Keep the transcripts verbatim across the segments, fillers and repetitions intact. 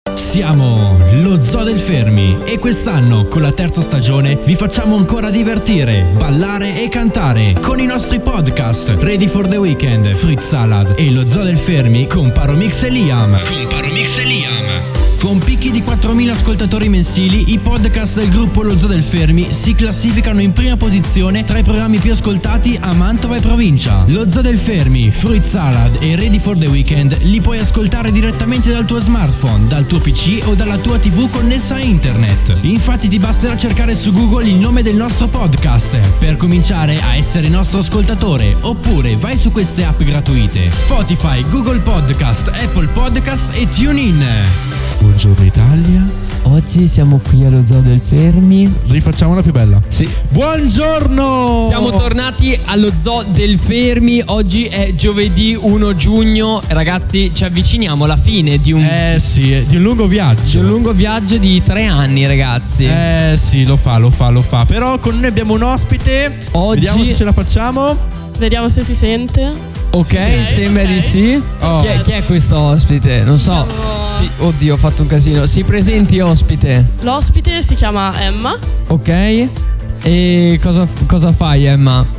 Siamo lo Zoo del Fermi e quest'anno con la terza stagione vi facciamo ancora divertire, ballare e cantare con i nostri podcast Ready for the Weekend, Fruit Salad e lo Zoo del Fermi con Paromix e Liam. Con Paromix e Liam. Con picchi di quattromila ascoltatori mensili, i podcast del gruppo Lo Zoo del Fermi si classificano in prima posizione tra i programmi più ascoltati a Mantova e provincia. Lo Zoo del Fermi, Fruit Salad e Ready for the Weekend li puoi ascoltare direttamente dal tuo smartphone, dal tuo P C o dalla tua tivù connessa a internet. Infatti ti basterà cercare su Google il nome del nostro podcast per cominciare a essere nostro ascoltatore, oppure vai su queste app gratuite: Spotify, Google Podcast, Apple Podcast e TuneIn. Buongiorno Italia. Oggi siamo qui allo Zoo del Fermi. Rifacciamola più bella. Sì. Buongiorno. Siamo tornati allo Zoo del Fermi. Oggi è giovedì primo giugno. Ragazzi, ci avviciniamo alla fine di un Eh sì, di un lungo viaggio. Di un lungo viaggio di tre anni, ragazzi. Eh sì, lo fa, lo fa, lo fa. Però con noi abbiamo un ospite. Oggi vediamo se ce la facciamo. Vediamo se si sente. Ok, Sì, sembra ok. di sì. Oh. Chi, è, chi è questo ospite? Non so. Siamo- Sì, oddio, ho fatto un casino. Si presenti, ospite. L'ospite si chiama Emma. Ok. E cosa, cosa fai, Emma?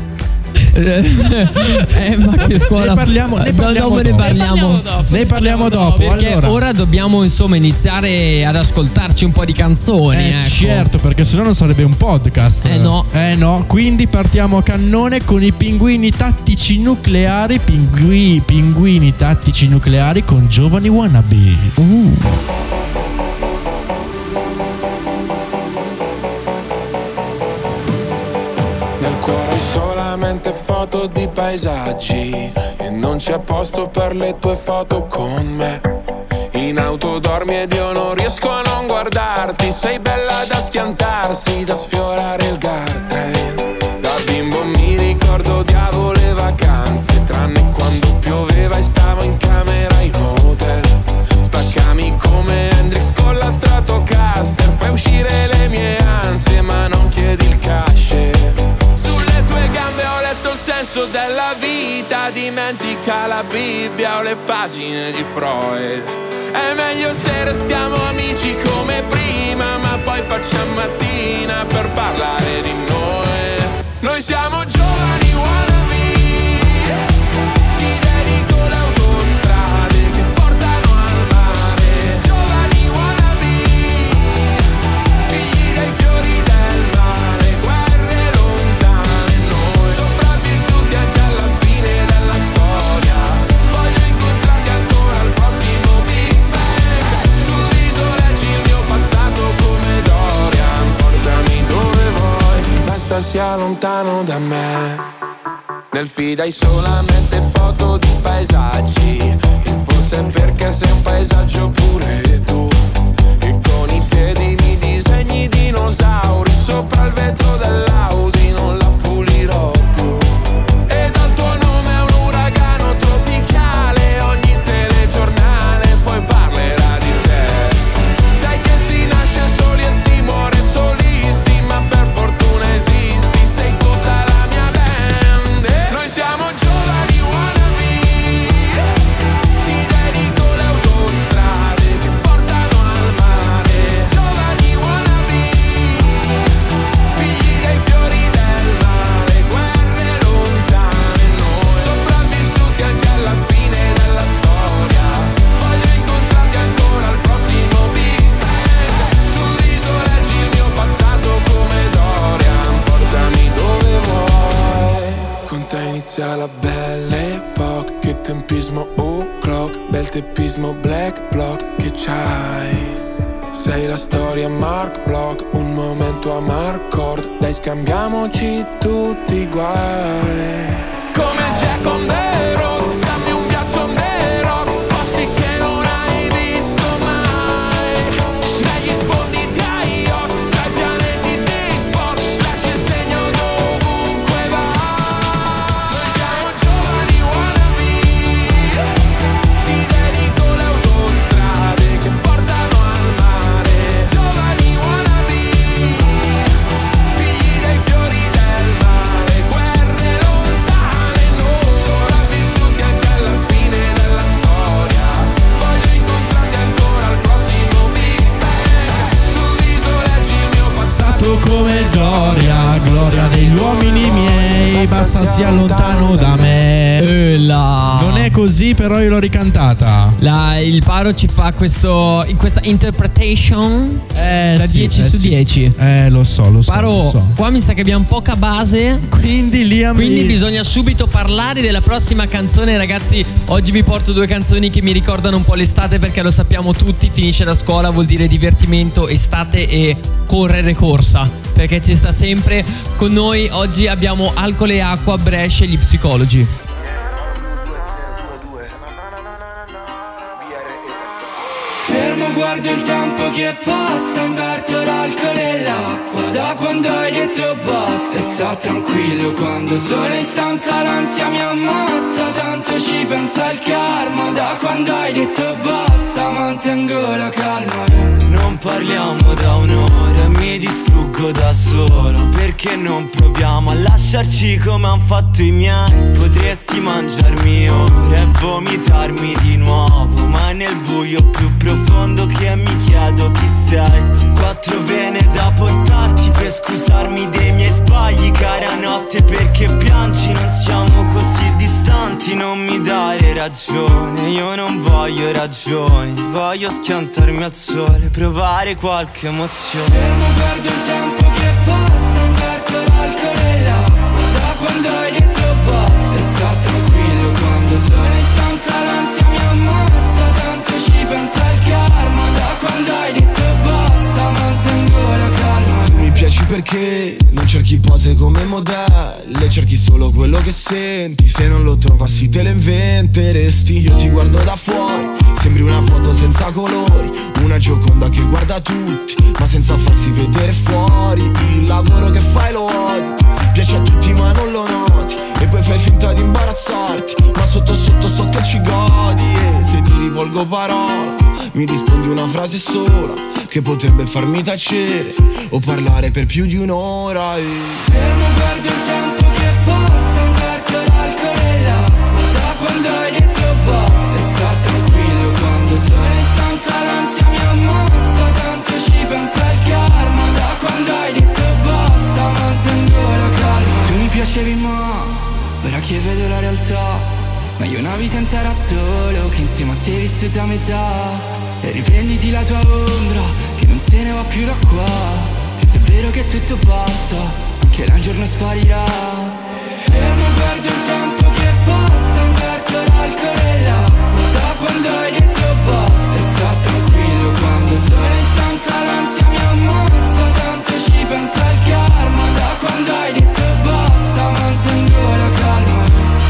Emma, che scuola Ne parliamo- ne No, parliamo dopo ne dopo. parliamo. Ne parliamo dopo. Ne parliamo dopo. Perché allora. ora dobbiamo insomma iniziare ad ascoltarci un po' di canzoni. Eh ecco. certo, perché sennò non sarebbe un podcast. Eh no. Eh no, quindi partiamo a cannone con i pinguini tattici nucleari. Pingui, pinguini tattici nucleari con Giovani Wannabe. Uh. Nel cuore hai solamente foto di paesaggi e non c'è posto per le tue foto con me. In auto dormi ed io non riesco a non guardarti. Sei bella da schiantarsi, da sfiorare il guardrail. Da bimbo mi ricordo odiavo le vacanze, tranne quando pioveva e stavo in camera in hotel. Spaccami come Hendrix con la Stratocaster, fai uscire le mie ansie ma non chiedi il cash. Sulle tue gambe ho letto il senso della vita, dimentica la Bibbia o le pagine di Freud. È meglio se restiamo amici come prima, ma poi facciamo mattina per parlare di noi. Noi siamo giovani wannabe, ti dedico le autostrade che portano al mare. Giovani wannabe, figli dei fiori del mare, guerre lontane. Noi sopravvissuti anche alla fine della storia. Voglio incontrarti ancora al prossimo Big Bang. Sull'isola leggi il mio passato come Dorian. Portami dove vuoi, basta sia lontano da me. Nel feed hai solamente foto di paesaggi, e forse perché sei un paesaggio pure tu. E con i piedi mi disegni dinosauri sopra il vetro dell'Audi, non la pulirò più. E dal tuo nome è un uragano tropicale, ogni telegiornale poi parlerà di te. Sai che si nasce soli e si muore solisti, ma per fortuna esisti, sei tutta la mia band. E noi siamo giovani wannabe, ti dedico le autostrade che portano al mare. Giovani wannabe, figli dei fiori del mare, guerre lontane. Noi sopravvissuti anche alla fine della storia. Voglio incontrarti ancora al prossimo Big Bang. Sull'isola leggi il mio passato come Dorian. Portami dove vuoi. Con te inizia la belle epoca, che tempismo o'clock, bel teppismo black block che c'hai. Sei la storia Mark Block, un momento a Marcord, dai scambiamoci tutti i guai. Come Jack on the road, dammi un ghiaccio on the rocks, posti che non hai visto mai. Negli sfondi di iOS, tra i pianeti di spot, lasci il segno dovunque vai. Noi siamo giovani wannabe, ti dedico le autostrade che portano al mare. Giovani wannabe, figli dei fiori del mare, guerre lontane. Noi sopravvissuti storia degli uomini miei, basta sia lontano da me. Eh, la- Non è così, però io l'ho ricantata. La- il Paro ci fa questo, in questa interpretation Eh, da sì, dieci eh, su sì. dieci. Eh, lo so, lo so. Paro, lo so. qua mi sa che abbiamo poca base. Quindi Liam Quindi mi- bisogna subito parlare della prossima canzone. Ragazzi, oggi vi porto due canzoni che mi ricordano un po' l'estate, perché lo sappiamo tutti, finisce la scuola vuol dire divertimento, estate e correre corsa, perché ci sta sempre con noi. Oggi abbiamo Alcol e Acqua, Brescia e gli psicologi. Fermo, guardo il tempo che passa, inverto l'alcol e l'acqua. Da quando hai detto basta, e sta tranquillo quando sono in stanza, l'ansia mi ammazza, tanto ci pensa il karma. Da quando hai detto basta, mantengo la calma. Non parliamo da un'ora e mi distruggo da solo, perché non proviamo a lasciarci come han fatto i miei. Potresti mangiarmi ora e vomitarmi di nuovo, ma nel buio più profondo che mi chiedo chi sei. Quattro vene da portarti per scusarmi dei miei sbagli, cara notte, perché piangi, non siamo così distanti. Non mi dare ragione, io non voglio ragioni, voglio schiantarmi al sole, provare qualche emozione. Fermo, guardo il tempo che passa, inverto l'alcol e l'acqua. Da quando hai detto basta, e sta tranquillo quando sono in stanza, l'ansia mi ammazza, tanto ci pensa il karma. Da quando hai detto basta, mantengo la calma. Tu mi piaci perché non cerchi pose come modelle, cerchi solo quello che senti. Se non lo trovassi te lo inventeresti. Io ti guardo da fuori, sembri una foto senza colori, una Gioconda che guarda tutti, ma senza farsi vedere fuori. Il lavoro che fai lo odi, piace a tutti ma non lo noti, e poi fai finta di imbarazzarti, ma sotto sotto so che ci godi. E se ti rivolgo parola, mi rispondi una frase sola, che potrebbe farmi tacere o parlare per più di un'ora. E... Fermo, guardo il tempo che passa, inverto l'alcol e l'acqua. Da quando hai detto basta, e sta tranquillo quando sono in stanza, l'ansia mi ammazza, tanto ci pensa il karma. Da quando hai detto basta, mantengo la calma. Tu mi piacevi ma ora che vedo la realtà, meglio una vita intera solo che insieme a te vissuta a metà. E riprenditi la tua ombra che non se ne va più da qua, e se è vero che tutto passa, anche là un giorno sparirà. Fermo, guardo il tempo che passa, inverto l'alcol e l'acqua. Da quando hai detto basta, e sta tranquillo quando sono in stanza, l'ansia mi ammazza, tanto ci pensa il karma. Da quando hai detto basta, mantengo la calma.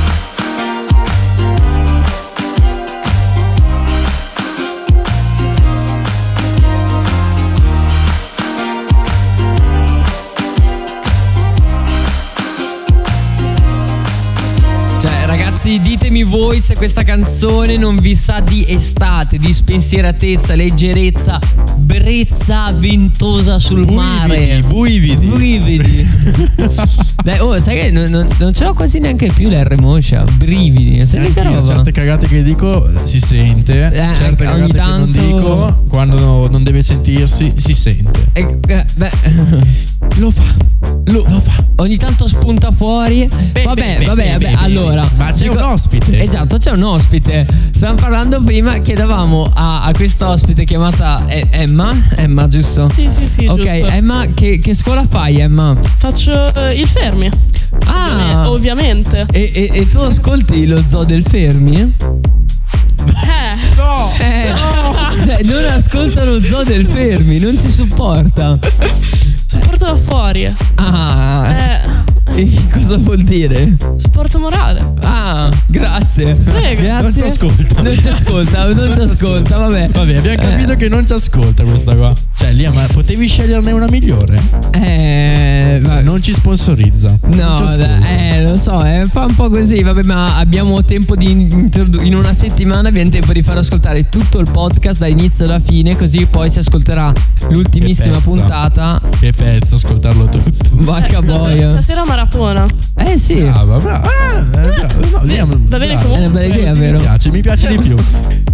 Ragazzi, ditemi voi se questa canzone non vi sa di estate, di spensieratezza, leggerezza, brezza ventosa sul mare. Buividi. Brividi. Dai, oh, sai che non, non, non ce l'ho quasi neanche più l'R moscia. Brividi. Sai che roba? Certe cagate che dico si sente, Eh, certe ogni cagate che non tanto- dico, quando no- non deve sentirsi, si sente. Eh, eh, beh, Lo fa. lo, Lo fa. ogni tanto spunta fuori. Beh, vabbè, beh, vabbè, beh, vabbè. beh, allora, beh. Ma c'è dico- un ospite. Esatto, c'è un ospite. Stavamo parlando prima, chiedevamo a, a questa ospite chiamata eh, Emma. Emma, giusto? Sì, sì, sì, Ok, giusto. Emma, che, che scuola fai, Emma? Faccio eh, il Fermi. Ah, Ovviamente. e, e, e tu ascolti lo zoo del Fermi? Eh, No. Eh, cioè, non ascolta lo zoo del Fermi, non ci supporta. supporto da fuori. Ah, Eh, e cosa vuol dire? supporto morale. Ah, grazie. Prego. Grazie. Non ci ascolta. Non ci ascolta, non ci ascolta, vabbè. Vabbè, abbiamo capito che non ci ascolta questa qua. Cioè, Lia, ma potevi sceglierne una migliore? Eh, vabbè. Non ci sponsorizza. Non ci No, ascolta. dai, eh, lo so, eh, fa un po' così, vabbè, ma abbiamo tempo di introdu- in una settimana abbiamo tempo di far ascoltare tutto il podcast dall'inizio alla fine, così poi si ascolterà l'ultimissima Che pezza. puntata. Che pezzo, ascoltarlo tutto. Vacca Eh, stasera, boia. stasera maratona. Eh sì. Brava, brava. Ah, eh, brava. No, Lia, va bene brava. comunque. È una bella idea, Mi vero? piace, mi piace di più.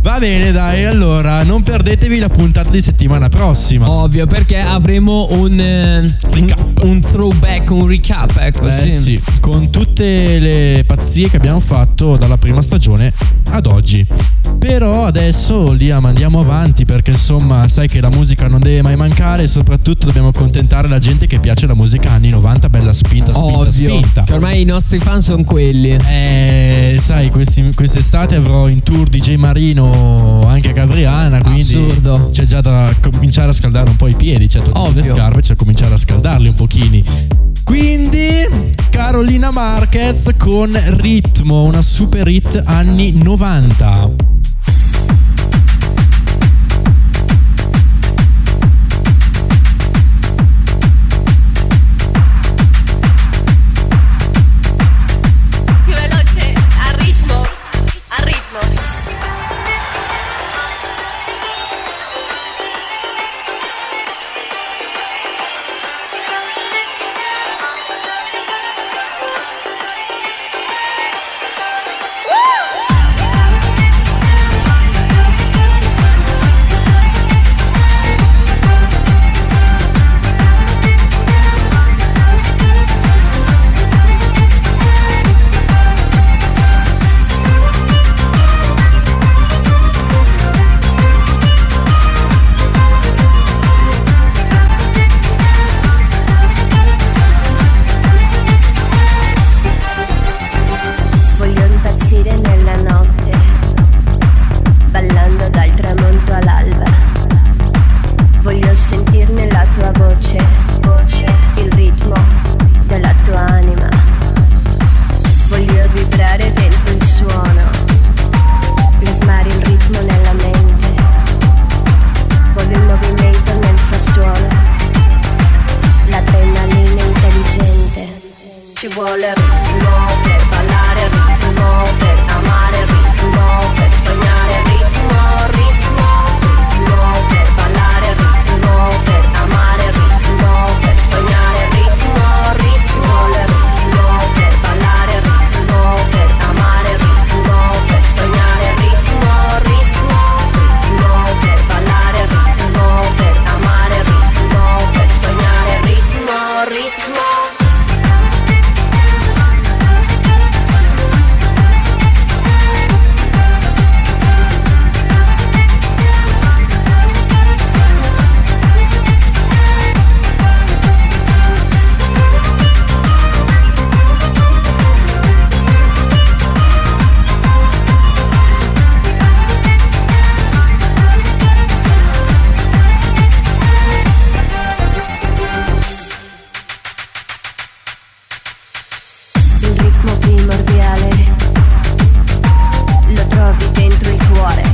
Va bene, dai, allora non perdetevi la puntata di settimana prossima. Ovvio, perché avremo un eh, Recap. un, un throwback, un recap, ecco. Eh sì. sì, con tutte le pazzie che abbiamo fatto dalla prima stagione ad oggi. Però adesso li andiamo avanti, perché insomma sai che la musica non deve mai mancare, e soprattutto dobbiamo accontentare la gente che piace la musica anni novanta, bella spinta, spinta, Ovvio, spinta. che ormai i nostri fan sono quelli. Eh, sai, questi- quest'estate avrò in tour D J Marino anche a Gavriana, quindi Assurdo. c'è già da cominciare a scaldare un po' i piedi, cioè togliere le Ovvio. scarpe, c'è da cominciare a scaldarli un pochini. Quindi Carolina Marquez con Ritmo, una super hit anni novanta. Più veloce, al ritmo, al ritmo. Voglio impazzire nella notte, ballando dal tramonto all'alba. Voglio sentirne la tua voce, il ritmo della tua anima. Voglio vibrare dentro il suono, plasmare il ritmo nella mente. Voglio il movimento nel frastuono, l'adrenalina intelligente. Ci vuole ritmo per ballare, ritmo per amare, ritmo per sognare, ritmo, ritmo, ritmo per ballare, ritmo per amare, ritmo per sognare, ritmo, ritmo. Ci vuole ritmo per ballare, ritmo per amare, ritmo per sognare, ritmo, ritmo, ritmo per ballare, ritmo per amare, ritmo per sognare, ritmo, ritmo. Il ritmo primordiale lo trovi dentro il cuore.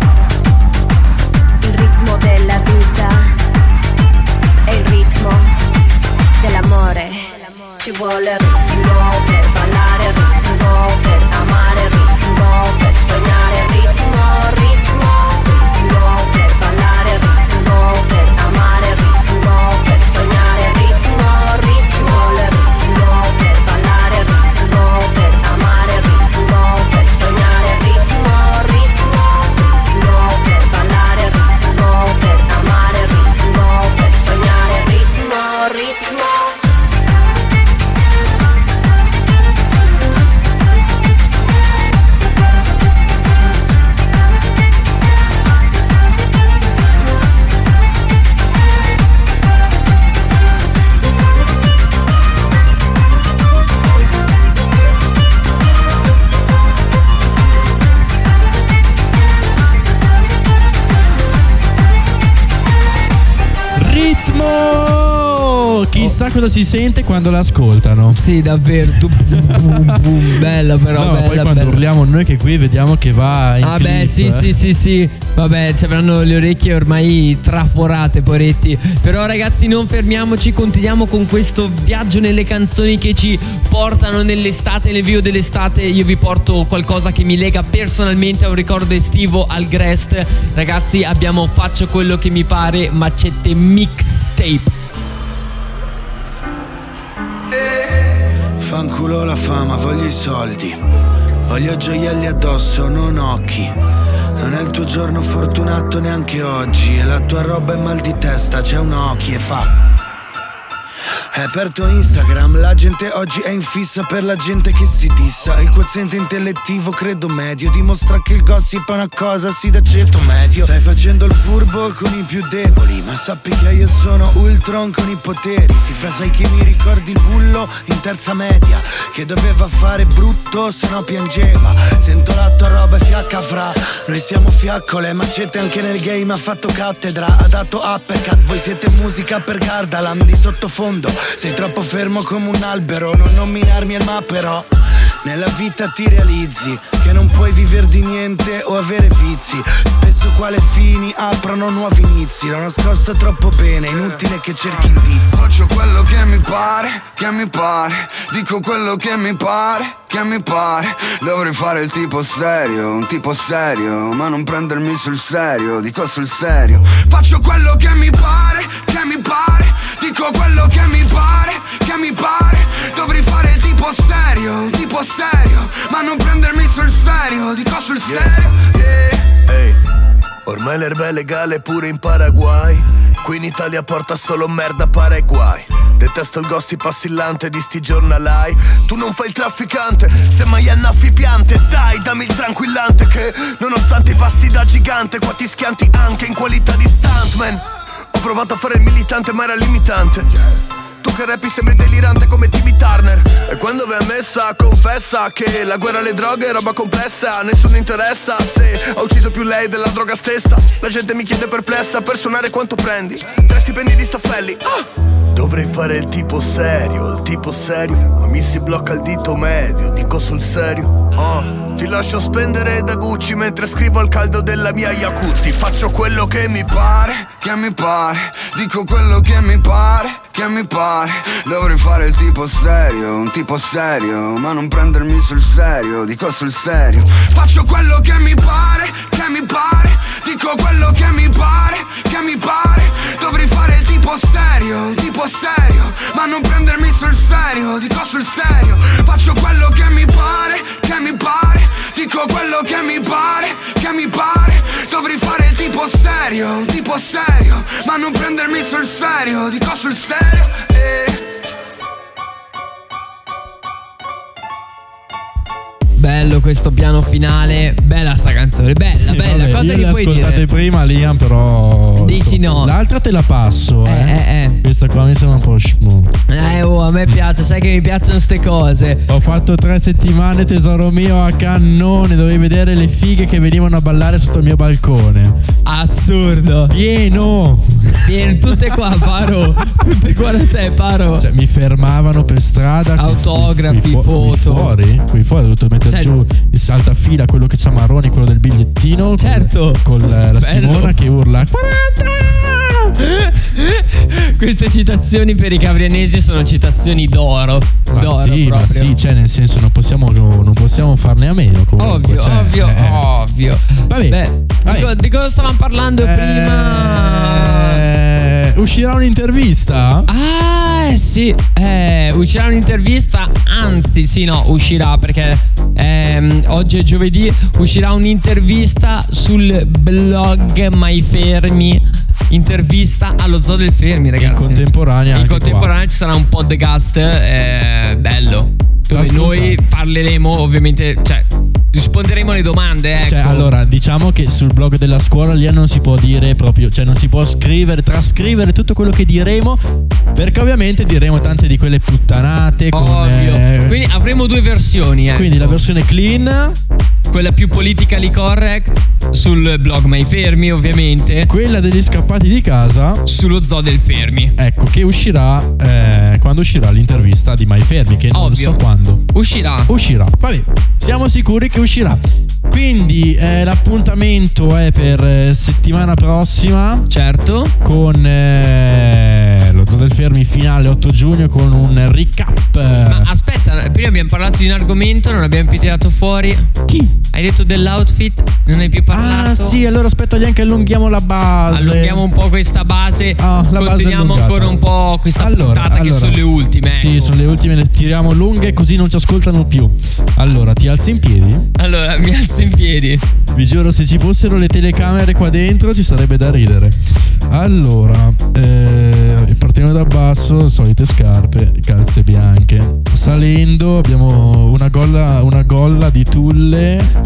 Il ritmo della vita è il ritmo dell'amore. Ci vuole ritmo per ballare, ritmo per amare, ritmo per sognare, ritmo, ritmo, ritmo per ballare, ritmo per amare, ritmo per sognare, ritmo, ritmo. Ci vuole ritmo per ballare, ritmo per amare, ritmo per sognare, ritmo, ritmo, ritmo per ballare, ritmo per amare, ritmo per sognare, ritmo, ritmo. Ritmo! Chissà cosa si sente quando l'ascoltano. Sì, davvero. Tu, boom, boom, boom. Bella però, No, bella, poi quando bella. urliamo noi che qui vediamo che va in Ah beh, clip, sì, eh. sì, sì, sì. Vabbè, ci avranno le orecchie ormai traforate, poretti. Però ragazzi, non fermiamoci, continuiamo con questo viaggio nelle canzoni che ci portano nell'estate, nel vivo dell'estate. Io vi porto qualcosa che mi lega personalmente a un ricordo estivo al Grest. Ragazzi, abbiamo Faccio quello che mi pare, Macette mixtape. Fanculo la fama, voglio i soldi. Voglio gioielli addosso, non occhi. Non è il tuo giorno fortunato neanche oggi, e la tua roba è mal di testa, c'è un occhio e fa. È aperto Instagram, la gente oggi è in fissa per la gente che si dissa. Il quoziente intellettivo credo medio dimostra che il gossip è una cosa sì da ceto medio. Stai facendo il furbo con i più deboli, ma sappi che io sono Ultron con i poteri. Si fra, sai che mi ricordi il bullo in terza media che doveva fare brutto se no piangeva. Sento la tua roba e fiacca fra. Noi siamo fiaccole, macete anche nel game ha fatto cattedra, ha dato uppercut. Voi siete musica per Gardaland di sottofondo. Sei troppo fermo come un albero, non nominarmi al ma però nella vita ti realizzi che non puoi vivere di niente o avere vizi. Spesso quale fini aprono nuovi inizi. L'ho nascosto troppo bene, inutile che cerchi indizi. Faccio quello che mi pare, che mi pare. Dico quello che mi pare, che mi pare. Dovrei fare il tipo serio, un tipo serio, ma non prendermi sul serio, dico sul serio. Faccio quello che mi pare, che mi pare. Dico quello che mi pare, che mi pare. Dovrei fare il tipo serio, un tipo serio, ma non prendermi sul serio, dico sul serio. Yeah. Hey. Ormai l'erba è legale pure in Paraguay. Qui in Italia porta solo merda, para e guai. Detesto il gossip assillante di sti giornalai. Tu non fai il trafficante, semmai annaffi piante. Dai, dammi il tranquillante che nonostante i passi da gigante qua ti schianti anche in qualità di stuntman. Ho provato a fare il militante ma era limitante. Tu che rappi sembri delirante come Timmy Turner. E quando vai a messa confessa che la guerra alle droghe è roba complessa. A nessuno interessa se ho ucciso più lei della droga stessa. La gente mi chiede perplessa per suonare quanto prendi. Tre stipendi di staffelli. Ah! Dovrei fare il tipo serio, il tipo serio, ma mi si blocca il dito medio, dico sul serio. Oh, ti lascio spendere da Gucci mentre scrivo al caldo della mia jacuzzi. Faccio quello che mi pare, che mi pare. Dico quello che mi pare, che mi pare. Dovrei fare il tipo serio, un tipo serio, ma non prendermi sul serio, dico sul serio. Faccio quello che mi pare, che mi pare. Dico quello che mi pare, che mi pare. Dovrei fare il tipo serio, un tipo serio, ma non prendermi sul serio, dico sul serio. Faccio quello che mi pare, che mi pare. Dico quello che mi pare, che mi pare. Dovrei fare il tipo serio, un tipo serio, ma non prendermi sul serio, dico sul serio. Eh. Bello questo piano finale, bella sta canzone, bella, sì, bella. Vabbè, cosa io gli le puoi ascoltate dire? prima, Liam, però Dici no. L'altra te la passo, eh. Eh, eh, eh. Questa qua mi sembra un po' schmo. Eh, oh, a me piace, sai che mi piacciono ste cose. Ho fatto tre settimane, tesoro mio, a cannone. Dovevi vedere le fighe che venivano a ballare sotto il mio balcone. Assurdo. Pieno. Pieno, tutte qua, Paro. Tutte qua da te, Paro. Cioè, mi fermavano per strada. Autografi, qui, qui, foto. Qui fuori, qui fuori ho dovuto mettere Cioè, giù il saltafila, quello che c'ha Marroni, quello del bigliettino. Certo. Con, con la, la Bello. Simona che urla quaranta. Queste citazioni per i cavrianesi sono citazioni d'oro. Ma d'oro sì, proprio. ma sì, cioè nel senso non possiamo, non possiamo farne a meno comunque. Ovvio, cioè, ovvio, eh. ovvio. Vabbè, Beh, vabbè. Di, co- di cosa stavamo parlando Eh, prima? Uscirà un'intervista? Ah, eh, sì, eh, uscirà un'intervista. Anzi, sì, no, uscirà perché ehm, oggi è giovedì. Uscirà un'intervista sul blog My Fermi. Intervista allo Zoo del Fermi, ragazzi. In contemporanea In anche contemporanea qua. ci sarà un podcast eh, bello, dove Ascolta. noi parleremo, ovviamente, cioè risponderemo alle domande, ecco. Cioè, allora, diciamo che sul blog della scuola lì non si può dire proprio, cioè non si può scrivere, trascrivere tutto quello che diremo, perché ovviamente diremo tante di quelle puttanate. Con, Ovvio. eh, Quindi avremo due versioni, ecco. quindi la versione clean, quella più politically correct sul blog My Fermi, ovviamente. quella degli scappati di casa, Sullo Zoo del Fermi. ecco, che uscirà eh, quando uscirà l'intervista di My Fermi, che non Ovvio. so quando. Uscirà. Uscirà, vabbè, siamo sicuri che uscirà. Quindi eh, l'appuntamento è per eh, settimana prossima. Certo. Con eh, lo Zoo del Fermi finale otto giugno con un recap. Ma aspetta, prima abbiamo parlato di un argomento, non abbiamo più tirato fuori. Chi? Hai detto dell'outfit, non hai più parlato. Ah sì, allora aspetta, anche allunghiamo la base. Allunghiamo un po' questa base. Ah, la base Continuiamo allungata. ancora un po' questa Allora, puntata allora. che sono le ultime. Sì, ecco. sono le ultime, le tiriamo lunghe così non ci ascoltano più. Allora, ti alzi in piedi? Allora, mi alzo in piedi. Vi giuro, se ci fossero le telecamere qua dentro ci sarebbe da ridere. Allora, eh, partiamo dal basso, solite scarpe, calze bianche. Salendo abbiamo una golla, una golla di tulle.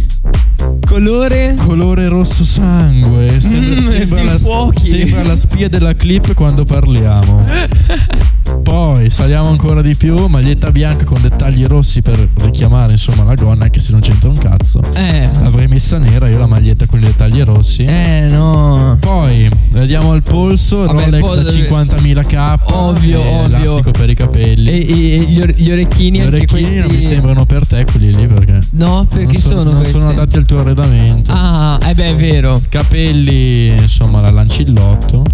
Colore? Colore rosso sangue. Sembra, Mm, sembra, di la, fuochi. sembra la spia della clip quando parliamo. Poi saliamo ancora di più, maglietta bianca con dettagli rossi per richiamare insomma la gonna, anche se non c'entra un cazzo. Eh. L'avrei messa nera io la maglietta con i dettagli rossi. Eh no. Poi vediamo al polso, Vabbè, Rolex poi- da cinquantamila K. Ovvio, e ovvio. elastico per i capelli. E, e- e gli, or- gli orecchini Gli anche orecchini questi. non mi sembrano per te quelli lì perché No, perché non sono, sono non questi? sono adatti al tuo arredamento. Ah, eh beh, è vero. Capelli, insomma, la lancillotto.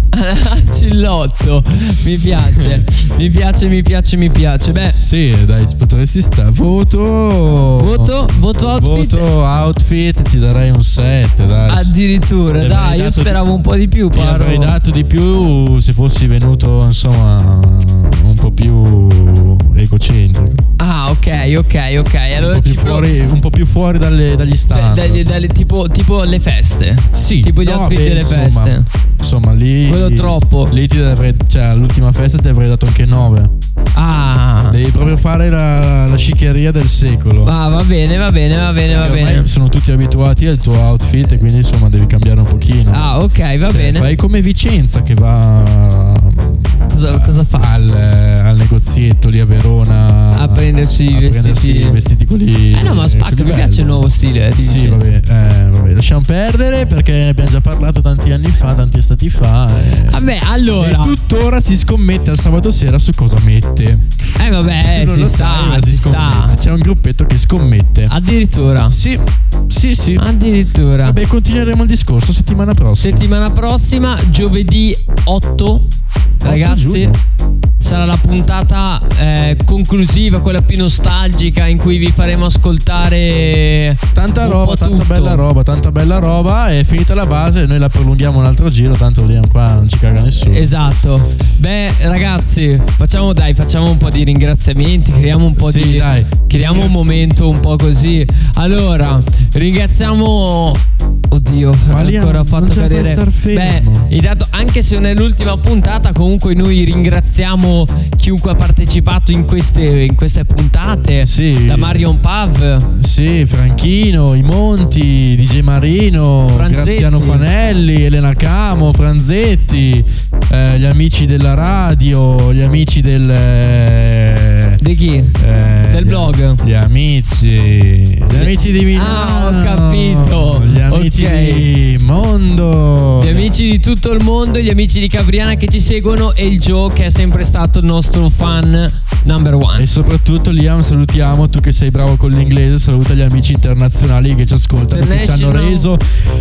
Cillotto. Mi piace. Mi piace, mi piace, mi piace. Beh, Sì, dai, potresti stare. Voto. voto, voto outfit. Voto outfit ti darei un sette, dai. Addirittura, Ti dai, avrei io dato speravo di- un po' di più, Ti Paro. avrei dato di più se fossi venuto, insomma, un po' più egocentrico. Ah, ok, ok, ok. Allora un, po più ci provo- fuori, un po' più fuori dalle- dagli Da- standard. dagli- dalle- tipo, tipo le feste. Sì, Tipo gli no, outfit beh, delle insomma, feste. Insomma, lì. Quello troppo. Lì ti avrei, cioè, all'ultima festa ti avrei dato anche nove. Ah. Devi proprio fare la, la sciccheria del secolo. Ah, va bene, va bene, va bene, va Perché ormai bene. sono tutti abituati al tuo outfit e quindi insomma devi cambiare un pochino. Ah, ok, va Cioè, bene. Fai come Vicenza che va Cosa, cosa fa? al, al negozietto lì a Verona A prendersi i a vestiti. prendersi i vestiti quelli. Eh no, ma spacca, quelli mi piace belli. il nuovo stile di Sì, Vicenza. vabbè, eh, vabbè, lasciamo perdere perché ne abbiamo già parlato tanti anni fa, tanti estati fa. E, Vabbè, allora. e tuttora si scommette al sabato sera su cosa mette. Eh vabbè, Tu non si lo sta, sai, ma si si sta. scommette. C'è un gruppetto che scommette. Addirittura. Sì, sì, sì. Addirittura. Vabbè, continueremo il discorso settimana prossima. Settimana prossima, giovedì otto, ragazzi, giugno. sarà la puntata eh, conclusiva, quella più nostalgica, in cui vi faremo ascoltare Tanta un roba, po' tanta tutto. bella roba, tanta bella roba. È finita la base, noi la prolunghiamo un altro giro, tanto lì qua non ci caga nessuno. Esatto. Beh, ragazzi, facciamo dai, facciamo un po' di ringraziamenti, creiamo un po' Sì, di dai. creiamo un momento un po' così. Allora, ringraziamo Oddio, non Ma ho lì ancora non fatto ce la fai cadere. star fermo. Beh, intanto, anche se non è l'ultima puntata, comunque noi ringraziamo chiunque ha partecipato in queste, in queste puntate. Sì. Da Marion Pav. Sì, Franchino, I Monti, D J Marino, Franzetti. Graziano Fanelli, Elena Camo, Franzetti, eh, gli amici della radio, gli amici del... eh, Di chi? eh, Del gli- blog. Gli amici, gli amici di Milano. Ah, ho capito. Gli amici Ok. di Mondo. Gli amici di tutto il mondo, gli amici di Cavriana che ci seguono e il Joe che è sempre stato il nostro fan number one. E soprattutto Liam, salutiamo, tu che sei bravo con l'inglese, saluta gli amici internazionali che ci ascoltano, che ci hanno International. reso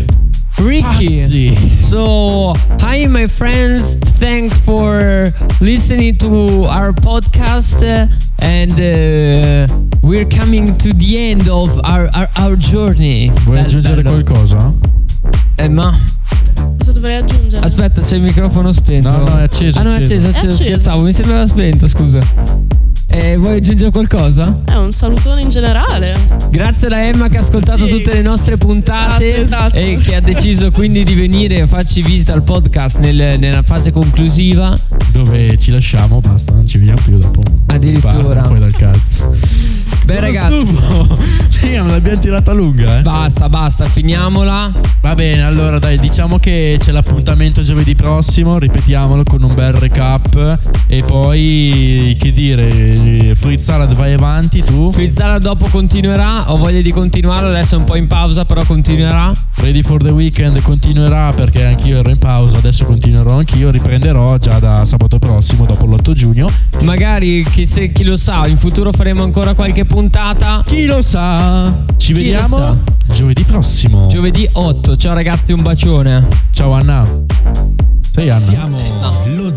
Ricky. pazzi. So, hi my friends, thank for listening to our podcast uh, and uh, we're coming to the end of our, our, our journey. Vuoi Bello, aggiungere bello. qualcosa? Eh ma Cosa dovrei aggiungere? aspetta, c'è il microfono spento. No, no, è acceso, Ah no, è acceso. acceso, è È acceso, acceso. scherzavo, mi sembrava spento, scusa. Eh, vuoi aggiungere qualcosa? È un salutone in generale. Grazie a Emma che ha ascoltato Sì. tutte le nostre puntate Esatto, esatto. e che ha deciso quindi di venire a farci visita al podcast nel- nella fase conclusiva. Dove ci lasciamo, basta, non ci vediamo più dopo. Addirittura. Fuori dal cazzo. Beh Sono ragazzi, stufo. Liam, l'abbiamo tirata lunga, eh. basta, basta, finiamola. Va bene, allora dai, diciamo che c'è l'appuntamento giovedì prossimo, ripetiamolo con un bel recap. E poi, che dire, Fruit Salad vai avanti tu. Frizzala dopo continuerà, ho voglia di continuare, adesso è un po' in pausa però continuerà. Ready for the Weekend continuerà perché anch'io ero in pausa, adesso continuerò anch'io, riprenderò già da sabato prossimo dopo l'otto giugno. Magari chi, se, chi lo sa, in futuro faremo ancora qualche puntata. Chi lo sa? Ci Chi vediamo lo sa? giovedì prossimo. Giovedì otto, ciao ragazzi, un bacione. Ciao Anna. Sei Anna? Siamo lo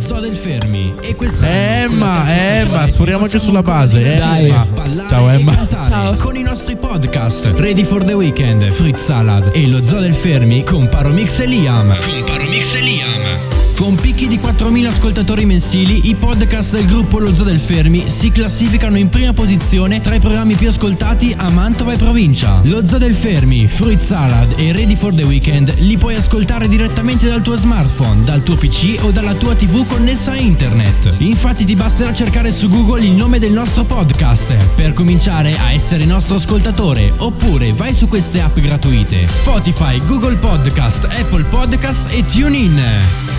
Zoo del Fermi e quest'anno Emma, Emma, sforiamo anche sulla base. Dai. Emma. Ciao Emma. Ciao. Con i nostri podcast Ready for the Weekend, Fritz Salad e lo Zoo del Fermi con Paromix e Liam. Con Paromix e Liam. Con picchi di quattromila ascoltatori mensili, i podcast del gruppo Lo Zoo del Fermi si classificano in prima posizione tra i programmi più ascoltati a Mantova e provincia. Lo Zoo del Fermi, Fruit Salad e Ready for the Weekend li puoi ascoltare direttamente dal tuo smartphone, dal tuo P C o dalla tua tivù connessa a internet. Infatti ti basterà cercare su Google il nome del nostro podcast per cominciare a essere nostro ascoltatore, oppure vai su queste app gratuite: Spotify, Google Podcast, Apple Podcast e TuneIn.